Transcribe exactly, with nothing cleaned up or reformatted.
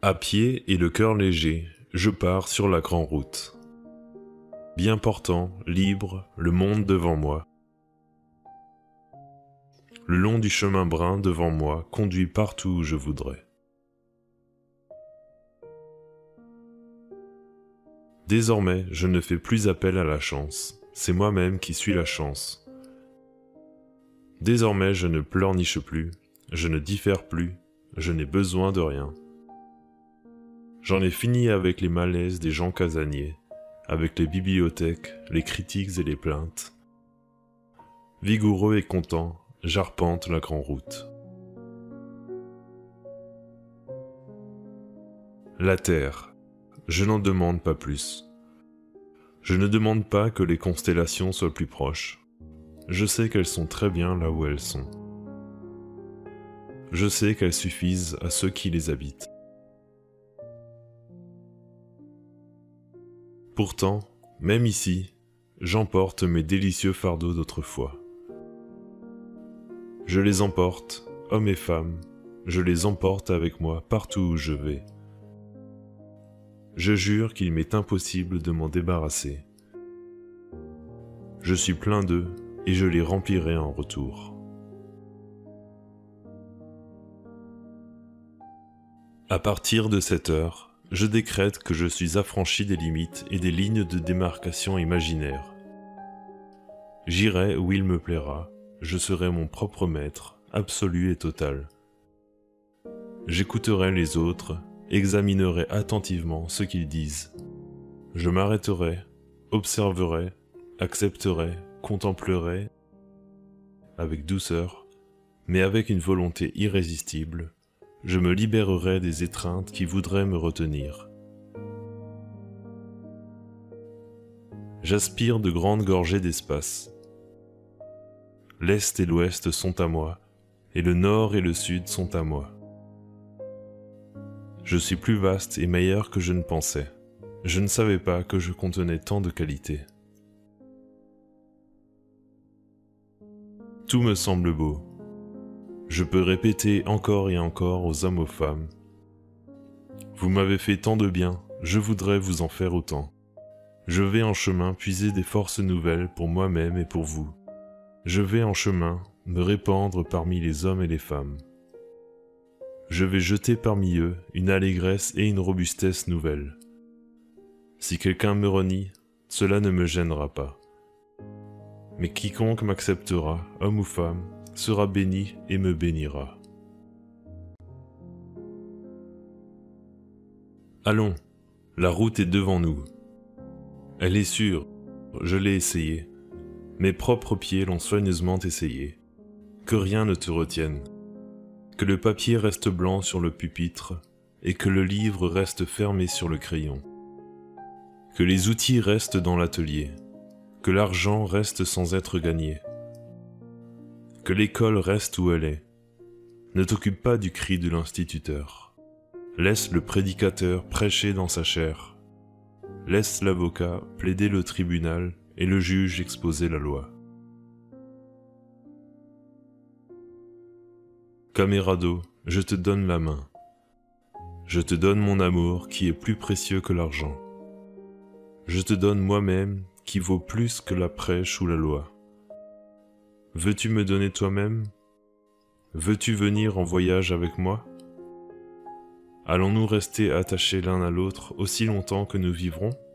À pied et le cœur léger, je pars sur la grande route. Bien portant, libre, le monde devant moi. Le long du chemin brun devant moi conduit partout où je voudrais. Désormais, je ne fais plus appel à la chance, c'est moi-même qui suis la chance. Désormais, je ne pleurniche plus, je ne diffère plus, je n'ai besoin de rien. J'en ai fini avec les malaises des gens casaniers, avec les bibliothèques, les critiques et les plaintes. Vigoureux et content, j'arpente la grande route. La terre, je n'en demande pas plus. Je ne demande pas que les constellations soient plus proches. Je sais qu'elles sont très bien là où elles sont. Je sais qu'elles suffisent à ceux qui les habitent. Pourtant, même ici, j'emporte mes délicieux fardeaux d'autrefois. Je les emporte, hommes et femmes, je les emporte avec moi partout où je vais. Je jure qu'il m'est impossible de m'en débarrasser. Je suis plein d'eux et je les remplirai en retour. À partir de cette heure, je décrète que je suis affranchi des limites et des lignes de démarcation imaginaires. J'irai où il me plaira, je serai mon propre maître, absolu et total. J'écouterai les autres, examinerai attentivement ce qu'ils disent. Je m'arrêterai, observerai, accepterai, contemplerai, avec douceur, mais avec une volonté irrésistible, je me libérerai des étreintes qui voudraient me retenir. J'aspire de grandes gorgées d'espace. L'Est et l'Ouest sont à moi, et le Nord et le Sud sont à moi. Je suis plus vaste et meilleur que je ne pensais. Je ne savais pas que je contenais tant de qualités. Tout me semble beau. Je peux répéter encore et encore aux hommes, aux femmes. Vous m'avez fait tant de bien, je voudrais vous en faire autant. Je vais en chemin puiser des forces nouvelles pour moi-même et pour vous. Je vais en chemin me répandre parmi les hommes et les femmes. Je vais jeter parmi eux une allégresse et une robustesse nouvelles. Si quelqu'un me renie, cela ne me gênera pas. Mais quiconque m'acceptera, homme ou femme, sera béni et me bénira. Allons, la route est devant nous. Elle est sûre, je l'ai essayée. Mes propres pieds l'ont soigneusement essayée. Que rien ne te retienne. Que le papier reste blanc sur le pupitre et que le livre reste fermé sur le crayon. Que les outils restent dans l'atelier. Que l'argent reste sans être gagné. Que l'école reste où elle est. Ne t'occupe pas du cri de l'instituteur. Laisse le prédicateur prêcher dans sa chaire. Laisse l'avocat plaider le tribunal et le juge exposer la loi. Camérado, je te donne la main. Je te donne mon amour qui est plus précieux que l'argent. Je te donne moi-même qui vaut plus que la prêche ou la loi. Veux-tu me donner toi-même? Veux-tu venir en voyage avec moi? Allons-nous rester attachés l'un à l'autre aussi longtemps que nous vivrons?